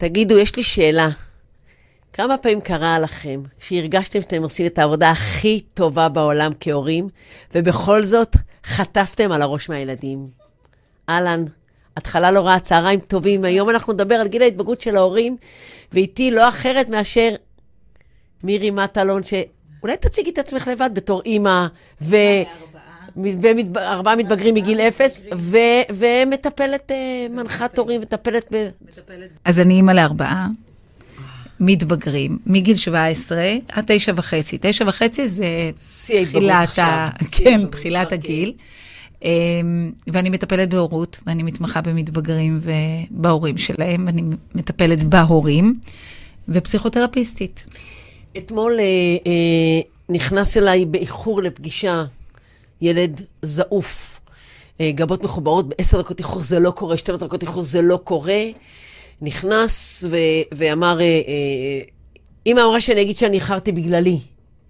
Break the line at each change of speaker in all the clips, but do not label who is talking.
תגידו, יש לי שאלה. כמה פעמים קרה לכם שהרגשתם שאתם עושים את העבודה הכי טובה בעולם כהורים, ובכל זאת חטפתם על הראש מהילדים? אלן, התחלה לא רעה, צהריים טובים. היום אנחנו נדבר על גיל ההתבגרות של ההורים, ואיתי לא אחרת מאשר מירי מטלון, שאולי תציגי את עצמך לבד בתור אימא, וארבעה מתבגרים מגיל 0, ומטפלת, מנחת הורים, מטפלת.
אז אני אימא לארבעה מתבגרים, מגיל 17 עד 9.5. 9.5 זה תחילת הגיל. ואני מטפלת בהורות, ואני מתמחה במתבגרים ובהורים שלהם, ואני מטפלת בהורים, ופסיכותרפיסטית.
אתמול נכנס אליי באיחור לפגישה ילד זעוף, גבות מחוברות ב10 דקות איחור זה לא קורה, 12 דקות איחור זה לא קורה, נכנס ואמר, אמא אמרה שאני אגיד שאני איחרתי בגללי,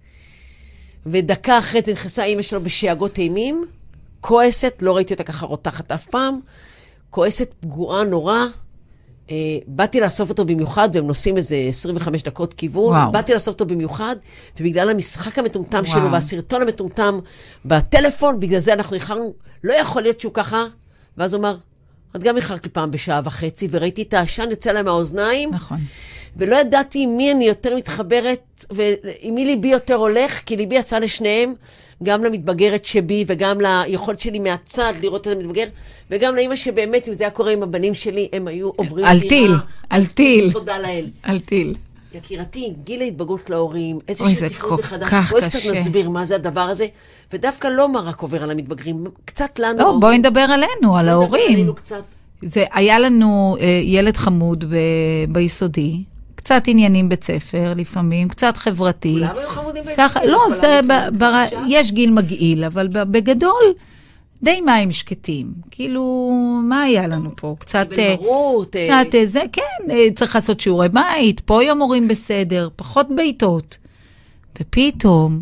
ודקה אחרי זה נכנסה אמא שלו בשאגות אימים, כועסת, לא ראיתי אותה ככה רותחת אף פעם, כועסת פגועה נורא, באתי לאסוף אותו במיוחד, והם נוסעים איזה 25 דקות כיוון, באתי לאסוף אותו במיוחד, ובגלל המשחק המטומטם שלו, והסרטון המטומטם בטלפון, בגלל זה אנחנו איחרנו, לא יכול להיות שהוא ככה, ואז הוא אמר, את גם איחרתי פעם בשעה וחצי, וראיתי את העשן יוצא להם מהאוזניים,
נכון.
ולא ידעתי עם מי אני יותר מתחברת, ועם מי ליבי יותר הולך, כי ליבי יצא לשניהם, גם למתבגרת שבי, וגם ליכולת שלי מהצד לראות את המתבגר, וגם לאמא שבאמת, אם זה היה קורה עם הבנים שלי, הם היו עוברים דירה.
על טיל.
תודה לאל.
על טיל.
יקירתי, גיל ההתבגרות להורים, איזושהי תכנות מחדש, בואי קצת נסביר מה זה הדבר הזה, ודווקא לא מה רק עובר על המתבגרים, קצת לנו.
לא, בואי נדבר עלינו, על ההורים. היה לנו ילד חמוד ביסודי, קצת עניינים בית ספר, לפעמים, קצת חברתי.
כולם היו חמודים ביסודי?
לא, יש גיל מגעיל, אבל בגדול, די מים שקטים. כאילו, מה היה לנו פה? קצת זה, כן, צריך לעשות שיעורי בית, פה יום הורים בסדר, פחות ביתות. ופתאום,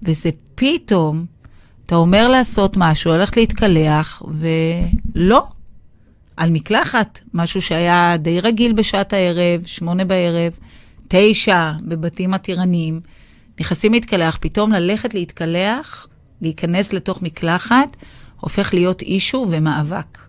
אתה אומר לעשות משהו, הולך להתקלח, ולא. על מקלחת, משהו שהיה די רגיל בשעת הערב, 8 בערב, 9 בבתים עתירניים, נכנסים להתקלח, פתאום ללכת להתקלח, להיכנס לתוך מקלחת, הופך להיות אישו ומאבק.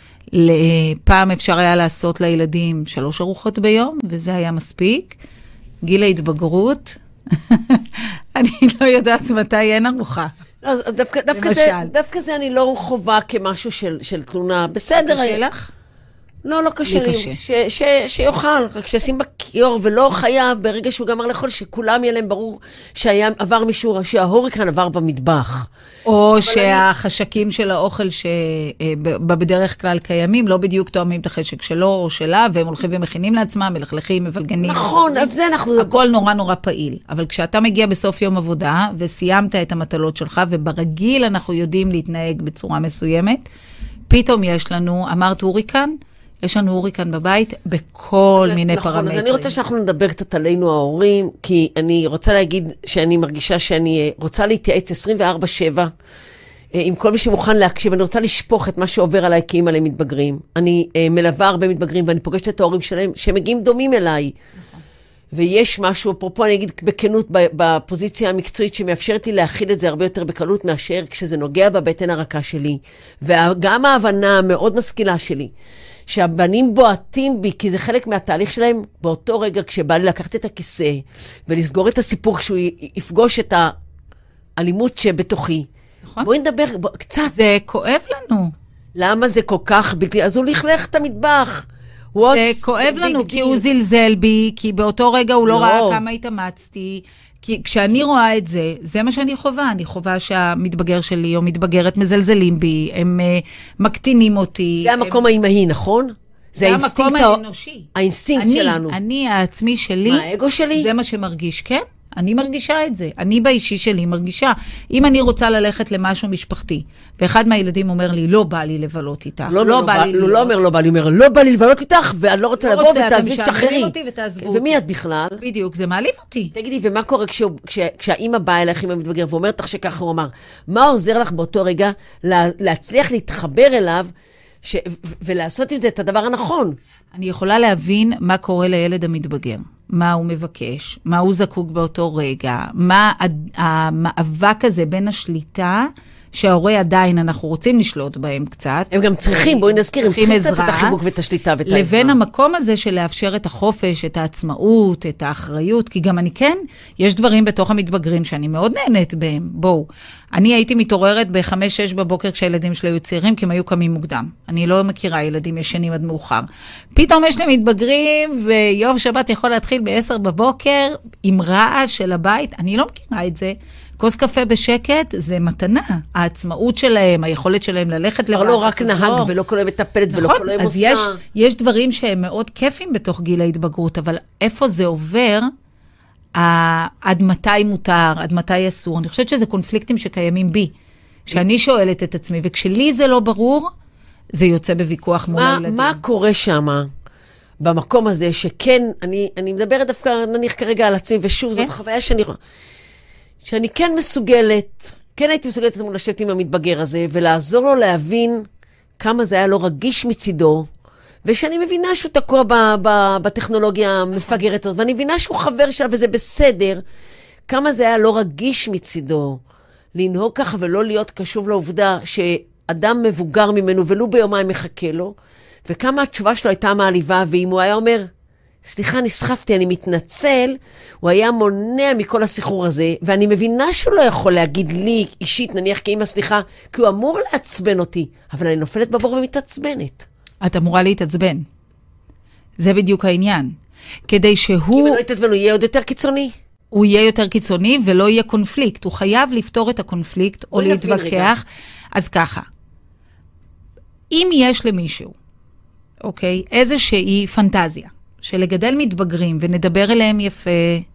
פעם אפשר היה לעשות לילדים 3 ארוחות ביום, וזה היה מספיק. גיל ההתבגרות, אני לא יודעת מתי אין ארוחה.
לא, דווקא זה אני לא חובה כמשהו של תלונה. בסדר.
קשה לך?
לא, לא קשה לי. שיוכל, רק שישים בכיור, ולא חייב ברגע שהוא גמר לאכול, שכולם יהיה להם ברור שעבר מישהו, שההוריקן עבר במטבח.
או שהחשקים של האוכל שבדרך כלל קיימים, לא בדיוק תואמים את החשק שלו או שלה, והם הולכים ומכינים לעצמם, מלכלכים, מבלגנים.
נכון, אז זה אנחנו...
הכל נורא נורא פעיל. אבל כשאתה מגיע בסוף יום עבודה, וסיימת את המטלות שלך, וברגיל אנחנו יודעים להתנהג בצורה מסוימת, פתאום יש לנו, אמרת הוריקן, יש לנו הוריקן בבית בכל מיני פרמטרים.
אז אני רוצה שאנחנו נדבר קצת עלינו ההורים, כי אני רוצה להגיד שאני מרגישה שאני רוצה להתייעץ 24/7, עם כל מי שמוכן להקשיב, אני רוצה לשפוך את מה שעובר עליי כאימא למתבגרים. אני מלווה הרבה מתבגרים, ואני פוגשת את ההורים שלהם, שמגיעים דומים אליי. ויש משהו, אפרופו אני אגיד בכנות, בפוזיציה המקצועית, שמאפשרת לי להכיל את זה הרבה יותר בקלות, מאשר כשזה נוגע בבטן הרכה שלי. וגם ההבנה המאוד משכילה שלי, שהבנים בועטים בי, כי זה חלק מהתהליך שלהם, באותו רגע כשבא לי לקחת את הכיסא, ולסגור את הסיפור, כשהוא יפגוש את האלימות שבתוכי.
נכון.
בואי נדבר קצת.
זה כואב לנו.
למה זה כל כך בלתי? אז הוא לכלך את המטבח.
זה כואב לנו, כי הוא זלזל בי, כי באותו רגע הוא לא ראה כמה התאמצתי, כי כשאני רואה את זה, זה מה שאני חובה. אני חובה שהמתבגר שלי או מתבגרת מזלזלים בי, הם מקטינים אותי.
זה המקום האימהי, נכון?
זה המקום האנושי.
האינסטינקט שלנו.
אני, העצמי שלי.
מה, האגו שלי?
זה מה שמרגיש, כן? אני מרגישה את זה. אני באישי שלי מרגישה. אם אני רוצה ללכת למשהו משפחתי, ואחד מהילדים אומר לי, לא בא לי לבלות איתך. לא בא לי.
הוא לא אומר לא בא לי, הוא אומר, לא בא לי לבלות איתך, ואני לא רוצה לבוא ותעזבי תשחררי. ומי את בכלל?
בדיוק, זה מעליב אותי.
תגידי, ומה קורה כשהאמא באה אליך עם המתבגר, ואומרת לך שככה הוא אמר, מה עוזר לך באותו רגע להצליח להתחבר אליו, ולעשות עם זה את הדבר הנכון?
אני יכולה להבין מה קורה לילד המתבגר, מה הוא מבקש, מה הוא זקוק באותו רגע, מה המאבק הזה בין השליטה, שההורי עדיין אנחנו רוצים לשלוט בהם קצת.
הם גם צריכים, בואי נזכיר, הם צריכים את החיבוק ואת השליטה ואת העזרה.
לבין המקום הזה של לאפשר את החופש, את העצמאות, את האחריות, כי גם אני כן, יש דברים בתוך המתבגרים שאני מאוד נהנית בהם. בואו, אני הייתי מתעוררת ב-5-6 בבוקר כשהילדים שלי היו צעירים, כי הם היו קמים מוקדם. אני לא מכירה ילדים ישנים עד מאוחר. פתאום יש לי מתבגרים, ויום שבת יכול להתחיל ב-10 בבוקר, עם רעש של הבית. אני לא מכירה את זה. כוס קפה בשקט, זה מתנה. העצמאות שלהם, היכולת שלהם ללכת לבד.
לא רק נהג ולא כל היום מטפלת ולא כל היום עושה.
אז יש דברים שהם מאוד כיפים בתוך גיל ההתבגרות, אבל איפה זה עובר, עד מתי מותר, עד מתי אסור. אני חושבת שזה קונפליקטים שקיימים בי, שאני שואלת את עצמי, וכשלי זה לא ברור, זה יוצא בוויכוח מול הילדים.
מה קורה שם? במקום הזה שכן, אני מדברת דווקא, נניח כרגע על עצמי, ושוב, זאת חוויה שאני כן מסוגלת, כן הייתי מסוגלת לשבת עם המתבגר הזה, ולעזור לו להבין כמה זה היה לא רגיש מצידו, ושאני מבינה שהוא תקוע בטכנולוגיה המפגרת הזאת, ואני מבינה שהוא חבר שלה וזה בסדר, כמה זה היה לא רגיש מצידו, לנהוג ככה ולא להיות קשוב לעובדה שאדם מבוגר ממנו ולו ביומיים מחכה לו, וכמה התשובה שלו הייתה מעליבה, ואם הוא היה אומר, סליחה, נסחפתי, אני מתנצל, הוא היה מונע מכל הסחרור הזה, ואני מבינה שהוא לא יכול להגיד לי אישית, נניח כאמא, סליחה, כי הוא אמור לעצבן אותי, אבל אני נופלת בבור ומתעצבנת.
את אמורה להתעצבן. זה בדיוק העניין. כדי שהוא...
כי אם לא יתעצבן, הוא יהיה עוד יותר קיצוני?
הוא יהיה יותר קיצוני ולא יהיה קונפליקט. הוא חייב לפתור את הקונפליקט או להתווכח. אז ככה, אם יש למישהו, אוקיי, איזושהי פנטזיה, שלגדל מתבגרים ונדבר אליהם יפה,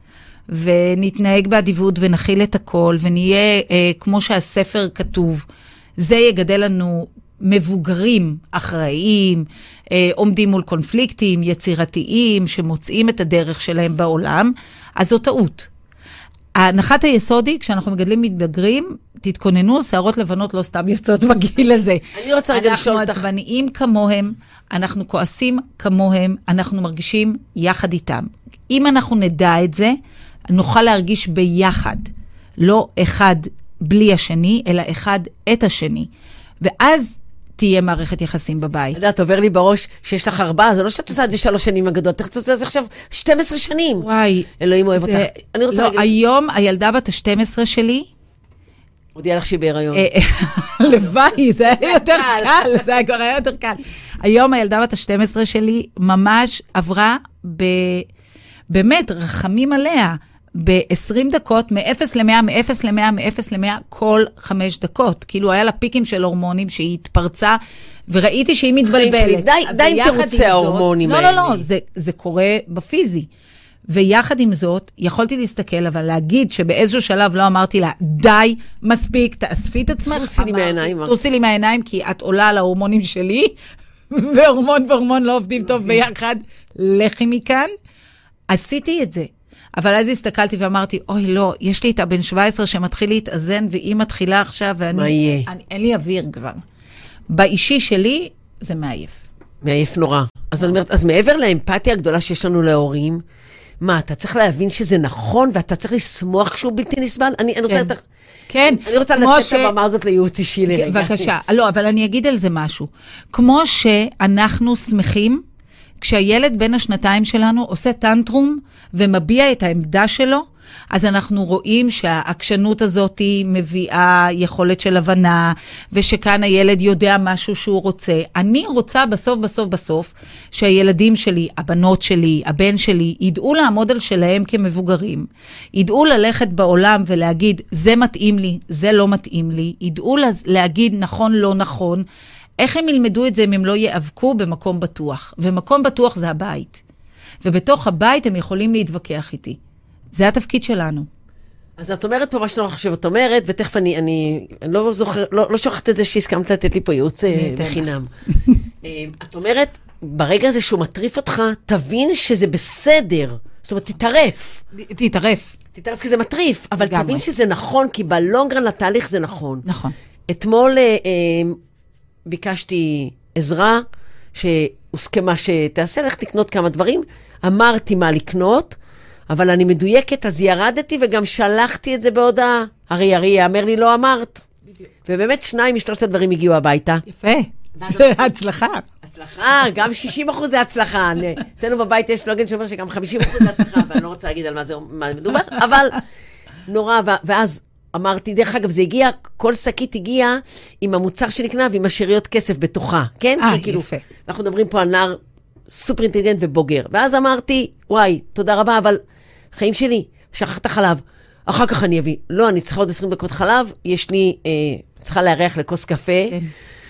ונתנהג באדיבות ונכיל את הכל, ונהיה כמו שהספר כתוב, זה יגדל לנו מבוגרים אחראיים, עומדים מול קונפליקטים, יצירתיים, שמוצאים את הדרך שלהם בעולם, אז זו טעות. הנחת היסוד היא, כשאנחנו מגדלים מתבגרים, תתכוננו, שערות לבנות לא סתם יוצאות בגיל הזה.
אני רוצה רגע לשאול אותך.
אנחנו עצבניים כמוהם, אנחנו כועסים כמוהם, אנחנו מרגישים יחד איתם. אם אנחנו נדע את זה, נוכל להרגיש ביחד, לא אחד בלי השני, אלא אחד את השני. ואז תהיה מערכת יחסים בבית.
יודעת, עובר לי בראש שיש לך 4, זה לא שאת עושה את זה 3 שנים הגדול, אתה רוצה את זה עכשיו 12 שנים.
וואי.
אלוהים אוהב אותך. אני רוצה
לא, היום הילדה בת ה-12 שלי,
הודיעה לך שהיא בהיריון.
לוואי, זה היה יותר קל, זה היה כבר היה יותר קל. היום הילדה בת ה-12 שלי ממש עברה באמת רחמים עליה, ב-20 דקות, מ-0 ל-100, מ-0 ל-100, מ-0 ל-100, כל 5 דקות. כאילו היה לה פיקים של הורמונים שהיא התפרצה, וראיתי שהיא מתבלבלת.
די עם תירוצי ההורמונים האלה.
לא, זה קורה בפיזי. ויחד עם זאת, יכולתי להסתכל, אבל להגיד שבאיזשהו שלב לא אמרתי לה, די, מספיק, תאספי את עצמך.
תרוסי לי מהעיניים.
תרוסי לי מהעיניים, כי את עולה על ההורמונים שלי, והורמון לא עובדים טוב ביחד. לכי מכאן. עשיתי את זה. אבל אז הסתכלתי ואמרתי, אוי לא, יש לי את הבן 17 שמתחיל להתאזן, והיא מתחילה עכשיו, ואני, אין לי אוויר כבר. באישי שלי, זה מעייף.
מעייף נורא. אז אני אומרת, אז מעבר לאמפתיה הגדולה שיש לנו להורים, מה, אתה צריך להבין שזה נכון, ואתה צריך לשמוח כשהוא בלתי נסבל? אני רוצה לצאת את הבמה הזאת לייעוץ אישי לרגע.
בבקשה. לא, אבל אני אגיד על זה משהו. כמו שאנחנו שמחים, כשהילד בין השנתיים שלנו עושה טנטרום ומביע את העמדה שלו, אז אנחנו רואים שהעקשנות הזאת מביאה יכולת של הבנה, ושכאן הילד יודע משהו שהוא רוצה. אני רוצה בסוף, שהילדים שלי, הבנות שלי, הבן שלי, ידעו לעמוד על שלהם כמבוגרים. ידעו ללכת בעולם ולהגיד, זה מתאים לי, זה לא מתאים לי. ידעו להגיד נכון, לא נכון. איך הם ילמדו את זה אם הם לא יאבקו במקום בטוח? ומקום בטוח זה הבית. ובתוך הבית הם יכולים להתווכח איתי. זה התפקיד שלנו.
אז את אומרת פה מה שנורא חושב, את אומרת, ותכף אני לא זוכר, לא שוכחת את זה שהסכמת לתת לי פה ייעוץ בחינם. את אומרת, ברגע הזה שהוא מטריף אותך, תבין שזה בסדר. זאת אומרת, תתערף. תתערף כי זה מטריף, אבל תבין שזה נכון, כי בלונגרן לתהליך זה נכון.
נכון.
אתמול ביקשתי עזרה, הוסכמה שתעשה, לך תקנות כמה דברים, אמרתי מה לקנות, אבל אני מדויקת, אז ירדתי וגם שלחתי את זה בהודעה. הרי יאמר לי לא אמרת. ובאמת 2 משלושת הדברים הגיעו הביתה.
יפה. הצלחה.
הצלחה, גם 60% זה הצלחה. אצלנו בבית יש סלוגן שאומר שגם 50% זה הצלחה, ואני לא רוצה להגיד על מה מדובר, אבל נורא, ואז אמרתי, דרך אגב, זה הגיע, כל שקית הגיעה עם המוצר שנקנה ועם השאריות כסף בתוכה, כן?
יפה.
אנחנו מדברים פה על נער סופר אינטליגנט ובוגר. ואז אמרתי, וואי, תודה רבה, אבל חיים שלי, שכחת חלב, אחר כך אני אביא. לא, אני צריכה עוד 20 דקות חלב, יש לי, צריכה להריח לכוס קפה.
כן.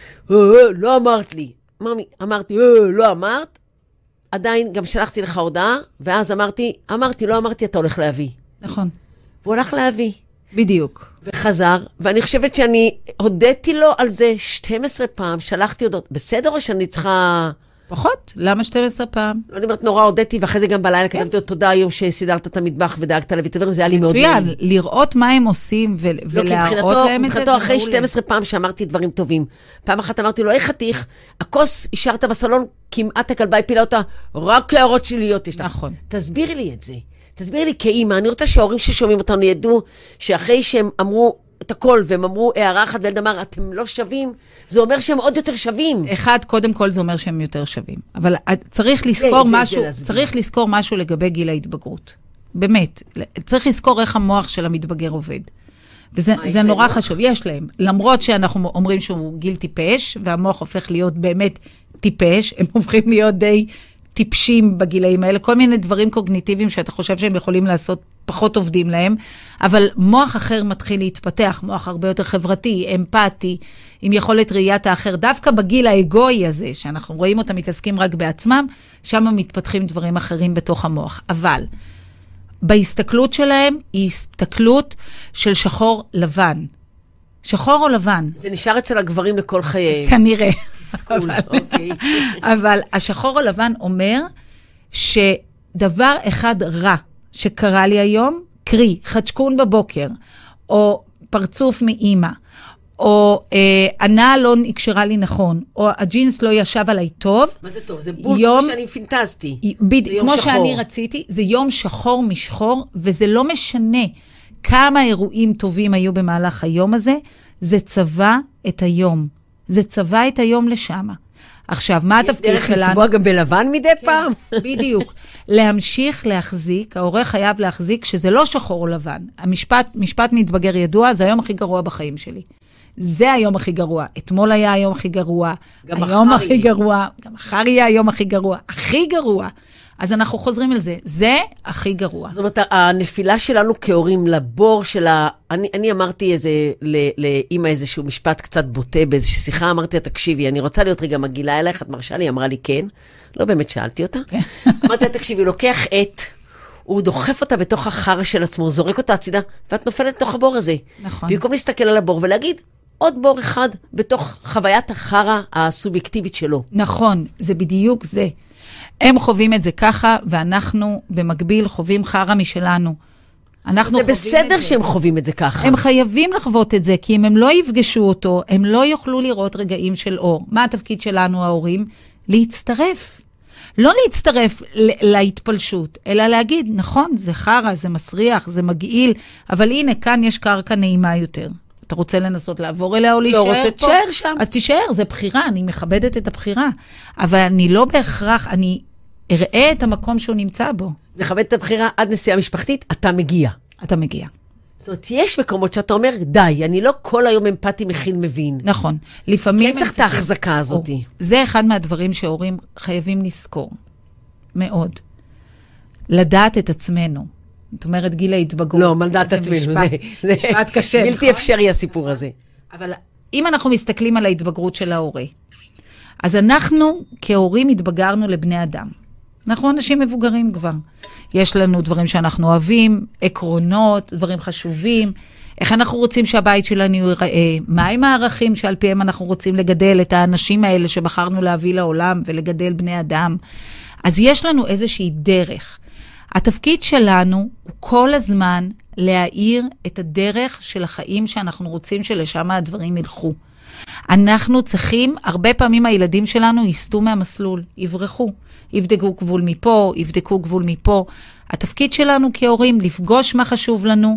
לא אמרת לי. אמרתי, לא אמרת. עדיין גם שלחתי לך הודעה, ואז אמרתי, לא אמרתי, אתה הולך להביא.
נכון.
והוא הולך להביא.
בדיוק.
וחזר, ואני חושבת שאני הודיתי לו על זה 12 פעם, שלחתי הודעות. בסדר או שאני צריכה...
פחות? למה 12 פעם?
לא, אני אומרת, נורא הודיתי, ואחרי זה גם בלילה כתבתי לו תודה היום שסידרת את המטבח ודאגת להביא את הדברים, זה היה לי מאוד
מצוין, לראות מה הם עושים ולהראות להם את זה.
מבחינתו, אחרי 12 פעם שאמרתי דברים טובים. פעם אחת אמרתי לו, חתיך, הכוס השארת בסלון, כמעט הכלבה הפילה אותה, רק הערות שליליות יש לך.
נכון.
תסביר לי את זה. תסביר לי כאימא, אני רוצה שההורים ששומעים אותנו ידעו שאחרי שהם אמרו את הכל, והם אמרו הערה אחת, וילד אמר, אתם לא שווים, זה אומר שהם עוד יותר שווים.
קודם כל זה אומר שהם יותר שווים. אבל צריך לזכור משהו לגבי גיל ההתבגרות. באמת. צריך לזכור איך המוח של המתבגר עובד. וזה נורא חשוב. יש להם. למרות שאנחנו אומרים שהוא גיל טיפש, והמוח הופך להיות באמת טיפש, הם הופכים להיות די טיפשים בגילאים האלה, כל מיני דברים קוגניטיביים שאתה חושב שהם יכולים לעשות, פחות עובדים להם, אבל מוח אחר מתחיל להתפתח, מוח הרבה יותר חברתי, אמפתי, עם יכולת ראיית האחר, דווקא בגיל האגואי הזה, שאנחנו רואים אותם מתעסקים רק בעצמם, שם מתפתחים דברים אחרים בתוך המוח. אבל בהסתכלות שלהם, היא הסתכלות של שחור לבן. שחור או לבן?
זה נשאר אצל הגברים לכל חייהם.
כנראה.
תסכול, אוקיי.
אבל השחור או לבן אומר שדבר אחד רע שקרה לי היום, קרי, חדשקון בבוקר, או פרצוף מאמא, או ענה לא נקשרה לי נכון, או הג'ינס לא ישב עליי טוב.
מה זה טוב? זה בול כמו שאני פינטזתי.
כמו שאני רציתי, זה יום שחור משחור, וזה לא משנה כמה אירועים טובים היו במהלך היום הזה, זה צבע את היום. זה צבע את היום לשם. עכשיו, מה התפקיד שלנו?
יש דרך לצבוע גם בלבן מדי פעם?
בדיוק. להמשיך להחזיק, העורך חייב להחזיק שזה לא שחור או לבן. משפט מתבגר ידוע, זה היום הכי גרוע בחיים שלי. זה היום הכי גרוע. אתמול היה היום הכי גרוע, היום הכי גרוע, גם מחר יהיה היום הכי גרוע, הכי גרוע. אז אנחנו חוזרים על זה. זה הכי גרוע. זאת
אומרת, הנפילה שלנו כהורים לבור של אני אמרתי לאמא איזשהו משפט קצת בוטה באיזושהי שיחה, אמרתי לה, תקשיבי, אני רוצה להיות רגע מגילה אלייך, את מרשה לי? אמרה לי כן. לא באמת שאלתי אותה. אמרתי לה, תקשיבי, הוא לוקח הוא דוחף אותה בתוך החרא של עצמו, זורק אותה הצידה, ואת נופלת לתוך הבור הזה.
נכון.
במקום להסתכל על הבור ולהגיד, עוד בור אחד בתוך חוויית החרא הסובייקטיבית שלו.
נכון, זה בדיוק זה. הם חווים את זה ככה, ואנחנו במקביל חווים חרא משלנו.
זה בסדר שהם חווים את זה ככה.
הם חייבים לחוות את זה, כי אם הם לא יפגשו אותו, הם לא יוכלו לראות רגעים של אור. מה התפקיד שלנו, ההורים? להצטרף. לא להצטרף להתפלשות, אלא להגיד, נכון, זה חרא, זה מסריח, זה מגעיל, אבל הנה, כאן יש קרקע נעימה יותר. אתה רוצה לנסות לעבור אליה או להישאר פה?
לא רוצה, תשאר שם.
אז תשאר, זה בחירה, אני מכבדת את הבחירה. אבל אני לא בהכרח, אני אראה את המקום שהוא נמצא בו.
מכבדת את הבחירה עד נסיעה משפחתית, אתה מגיע.
אתה מגיע.
זאת אומרת, יש מקומות שאתה אומר, די, אני לא כל היום אמפתי מכיל מבין.
נכון. לפעמים...
כן צריך את ההחזקה הזאת.
זה אחד מהדברים שההורים חייבים לזכור. מאוד. לדעת את עצמנו. זאת אומרת, גיל ההתבגרות.
לא, לדעת עצמנו. זה
משפט קשה.
בלתי אפשרי הסיפור הזה.
אבל אם אנחנו מסתכלים על ההתבגרות של ההורה, אז אנחנו כהורים התבגרנו לבני אדם. אנחנו אנשים מבוגרים כבר. יש לנו דברים שאנחנו אוהבים, עקרונות, דברים חשובים, איך אנחנו רוצים שהבית שלנו ייראה, מהם הערכים שעל פיהם אנחנו רוצים לגדל את האנשים האלה שבחרנו להביא לעולם ולגדל בני אדם. אז יש לנו איזושהי דרך. התפקיד שלנו הוא כל הזמן להאיר את הדרך של החיים שאנחנו רוצים שלשם הדברים ילכו. אנחנו צריכים, הרבה פעמים הילדים שלנו יסטו מהמסלול, יברחו, יבדקו גבול מפה, יבדקו גבול מפה. התפקיד שלנו כהורים, לפגוש מה חשוב לנו,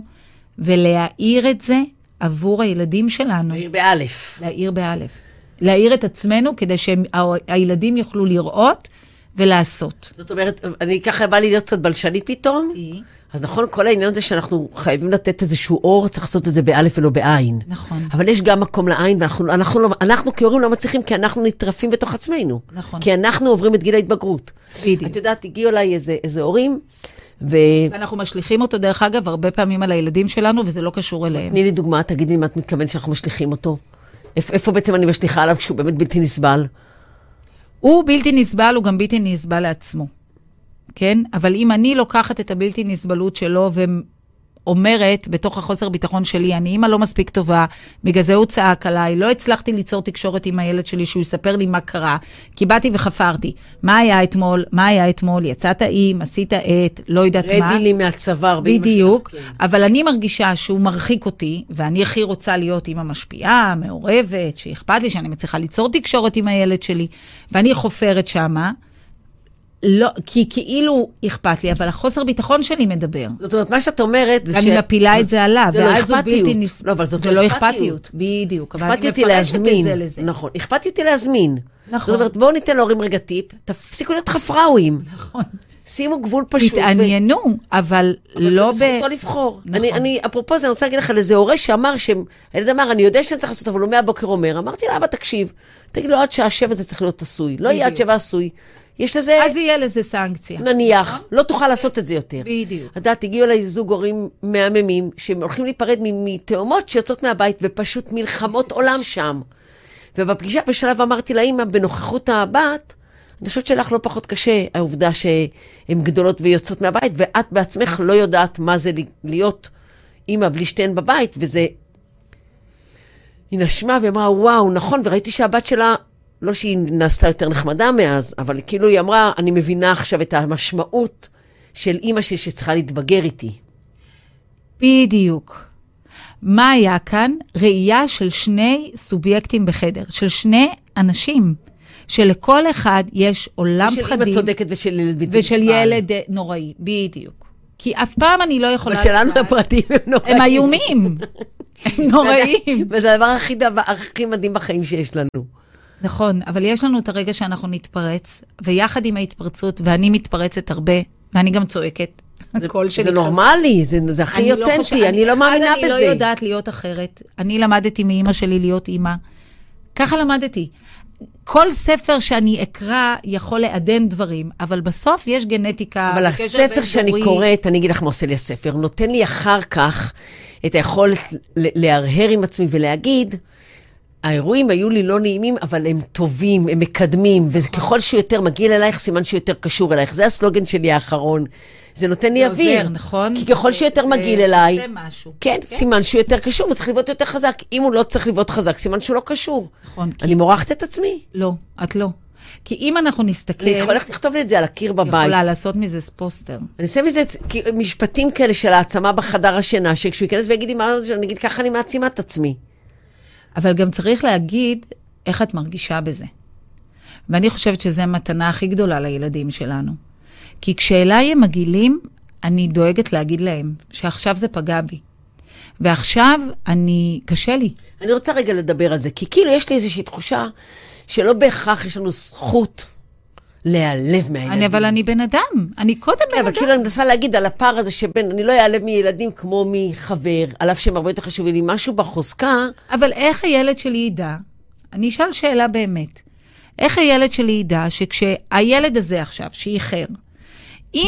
ולהעיר את זה עבור הילדים שלנו.
להעיר באלף.
להעיר באלף. להעיר את עצמנו, כדי שהילדים יוכלו לראות ולעשות.
זאת אומרת, אני ככה בא לי להיות קצת בלשנית פתאום. אז נכון, כל העניין הזה שאנחנו חייבים לתת איזשהו אור, צריך לעשות את זה באלף ולא בעין.
נכון.
אבל יש גם מקום לעין, ואנחנו כהורים לא מצליחים, כי אנחנו נטרפים בתוך עצמנו.
נכון.
כי אנחנו עוברים את גיל ההתבגרות.
בדיוק.
את יודעת, הגיעו אליי איזה הורים,
ואנחנו משליכים אותו, דרך אגב, הרבה פעמים על הילדים שלנו, וזה לא קשור אליהם.
תני לי דוגמה, תגידי מה את מתכוון שאנחנו משליכים אותו. איפה בעצם אני משליחה עליו כשהוא באמת בלתי נסבל?
הוא בלתי נסבל, הוא גם בלתי נסבל לעצמו. כן? אבל אם אני לוקחת את הבלתי נסבלות שלו ואומרת בתוך החוסר ביטחון שלי, אני אמא לא מספיק טובה, בגלל זה הוא צעק עליי, לא הצלחתי ליצור תקשורת עם הילד שלי, שהוא יספר לי מה קרה, כי באתי וחפרתי. מה היה אתמול? מה היה אתמול? יצאת עם, עשית את, לא יודעת מה.
רדי לי מהצוואר.
בדיוק. אבל אני מרגישה שהוא מרחיק אותי, ואני הכי רוצה להיות אמא משפיעה, מעורבת, שאכפת לי, שאני מצליחה ליצור תקשורת עם הילד שלי, ואני חופרת שמה. לא, כי כאילו אכפת לי, אבל החוסר ביטחון שלי מדבר.
זאת אומרת, מה שאת אומרת זה
אני מפילה את זה עליו,
ואז הוא בלתי נסבל.
לא, אבל זאת לא אכפתיות. בדיוק.
אכפתי אותי להזמין. נכון, אכפתי אותי להזמין.
נכון.
זאת אומרת, בואו ניתן להורים רגע טיפ, תפסיקו להיות חפראויים.
נכון.
שימו גבול פשוט.
תתעניינו, אבל לא ב...
אבל בזכותו לבחור.
נכון.
אני, אפרופו זה, אני רוצה להגיד לך לזה הורה שאמר, הילד אמר, אני יודע שאני צריך לעשות, אבל הוא מהבוקר אומר, אמרתי לה, אבא, תקשיב, תגיד לו, עד שעה 7 זה צריך להיות עשוי. לא יהיה עד 7 עשוי. יש לזה...
אז יהיה לזה סנקציה.
נניח, לא תוכל לעשות את זה יותר.
בדיוק.
יודעת, הגיעו אליי זוג הורים מהממים, שהם הולכים להיפרד מתאומות שיוצאות מהבית, ופשוט מלחמות עולם שם. ובפגישה בשלב אמרתי לאמא, בנוכחות הבת, אני חושבת שלך לא פחות קשה, העובדה שהן גדולות ויוצאות מהבית, ואת בעצמך לא יודעת מה זה להיות אמא בלי שתיהן בבית, וזה... היא נשמה ואמרה, וואו, נכון, וראיתי שהבת שלה... לא שהיא נעשתה יותר נחמדה מאז, אבל כאילו היא אמרה, אני מבינה עכשיו את המשמעות של אמא שלי שצריכה להתבגר איתי.
בדיוק. מה היה כאן? ראייה של שני סובייקטים בחדר, של שני אנשים, שלכל אחד יש עולם פחדים.
של אמא צודקת ושל ילד בלתי
ושל ילד נוראי, בדיוק. כי אף פעם אני לא יכולה...
אבל שלנו הפרטים הם נוראים.
הם איומים. הם נוראים.
וזה הדבר הכי מדהים בחיים שיש לנו.
נכון, אבל יש לנו את הרגע שאנחנו נתפרץ, ויחד עם ההתפרצות, ואני מתפרצת הרבה, ואני גם צועקת.
זה נורמלי, זה הכי אותנטי, אני לא מאמינה בזה.
אני לא יודעת להיות אחרת. אני למדתי מאמא שלי להיות אמא. ככה למדתי. כל ספר שאני אקרא יכול לעדן דברים, אבל בסוף יש גנטיקה.
אבל הספר שאני קוראת, אני אגיד לך מה עושה לי הספר, נותן לי אחר כך את היכולת להרהר עם עצמי ולהגיד, האירועים היו לי לא נעימים, אבל הם טובים, הם מקדמים, וככל שהוא יותר מגיע אלייך, סימן שהוא יותר קשור אלייך. זה הסלוגן שלי האחרון. זה נותן לי אוויר.
זה עוזר, נכון?
כי ככל שהוא יותר מגיע אליי,
זה משהו.
כן, סימן שהוא יותר קשור, וצריך לבנות יותר חזק. אם הוא לא צריך לבנות חזק, סימן שהוא לא קשור.
נכון.
אני מורחת את עצמי.
לא, את לא. כי אם אנחנו נסתכל...
אני יכולה לכתוב לי את זה על הקיר בבית.
יכולה לעשות מזה פוסטר.
אני אעשה מזה משפטים כאלה של העצמה בחדר השינה, שכשהוא ייכנס ויגיד לי מה זה, אני אגיד, ככה אני מעצימה את עצמי.
אבל גם צריך להגיד איך את מרגישה בזה. ואני חושבת שזו המתנה הכי גדולה לילדים שלנו. כי כשאליי הם מגילים, אני דואגת להגיד להם שעכשיו זה פגע בי. ועכשיו קשה לי.
אני רוצה רגע לדבר על זה, כי כאילו יש לי איזושהי תחושה שלא בהכרח יש לנו זכות להיעלב מהילדים.
אבל אני בן אדם, אני קודם בן אדם.
אבל כאילו אני מנסה להגיד על הפער הזה שבין, אני לא יעלב מילדים כמו מחבר, על אף שהם הרבה יותר חשובים לי, משהו בחוזקה.
אבל איך הילד שלי ידע? אני אשאל שאלה באמת. איך הילד שלי ידע שכשהילד הזה עכשיו, שאיחר, אם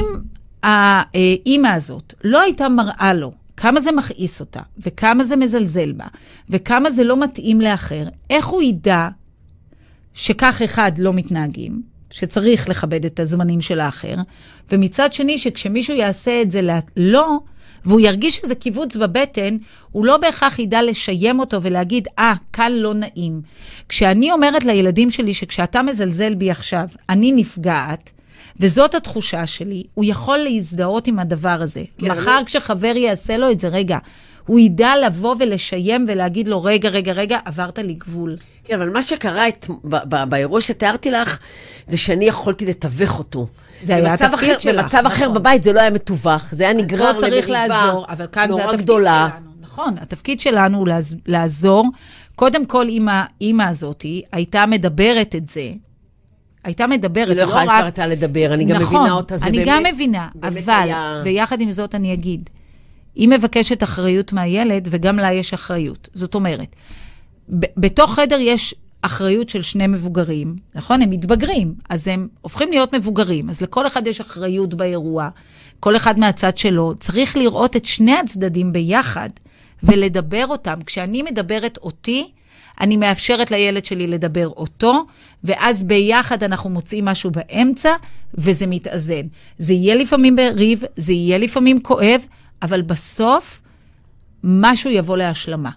האמא הזאת לא הייתה מראה לו כמה זה מכעיס אותה, וכמה זה מזלזל בה, וכמה זה לא מתאים לאחר, איך הוא ידע שכך אחד לא מתנהגים, שצריך לכבד את הזמנים של האחר, ומצד שני שכשמישהו יעשה את זה לא, והוא ירגיש שזה קיבוץ בבטן, הוא לא בהכרח ידע לשיים אותו ולהגיד, כאן לא נעים. כשאני אומרת לילדים שלי שכשאתה מזלזל בי עכשיו, אני נפגעת, וזאת התחושה שלי, הוא יכול להזדהות עם הדבר הזה. מחר כשחבר יעשה לו את זה, רגע, הוא ידע לבוא ולשיים ולהגיד לו, רגע, עברת לי גבול.
כן, אבל מה שקרה באירוע שתיארתי לך, זה שאני יכולתי לתווך אותו.
זה היה התפקיד שלך.
במצב אחר בבית זה לא היה מתווך, זה היה נגרר
לא צריך לעזור, אבל כאן זה התפקיד
גדולה.
שלנו. נכון, התפקיד שלנו הוא לעזור. קודם כל, אמא הזאת הייתה מדברת את זה. הייתה מדברת,
היא לא יכולה כבר הייתה לדבר, אני גם מבינה אותה, זה באמת...
אני גם מבינה, אבל, ויחד עם זאת אני אגיד, היא מבקשת אחריות מהילד, וגם לה יש אחריות. זאת אומרת, בתוך חדר יש אחריות של שני מבוגרים, נכון? הם מתבגרים, אז הם הופכים להיות מבוגרים, אז לכל אחד יש אחריות באירוע, כל אחד מהצד שלו, צריך לראות את שני הצדדים ביחד, ולדבר אותם. כשאני מדברת אותי, אני מאפשרת לילד שלי לדבר אותו, ואז ביחד אנחנו מוצאים משהו באמצע, וזה מתאזן. זה יהיה לפעמים בריב, זה יהיה לפעמים כואב, אבל בסוף משהו יבוא להשלמה.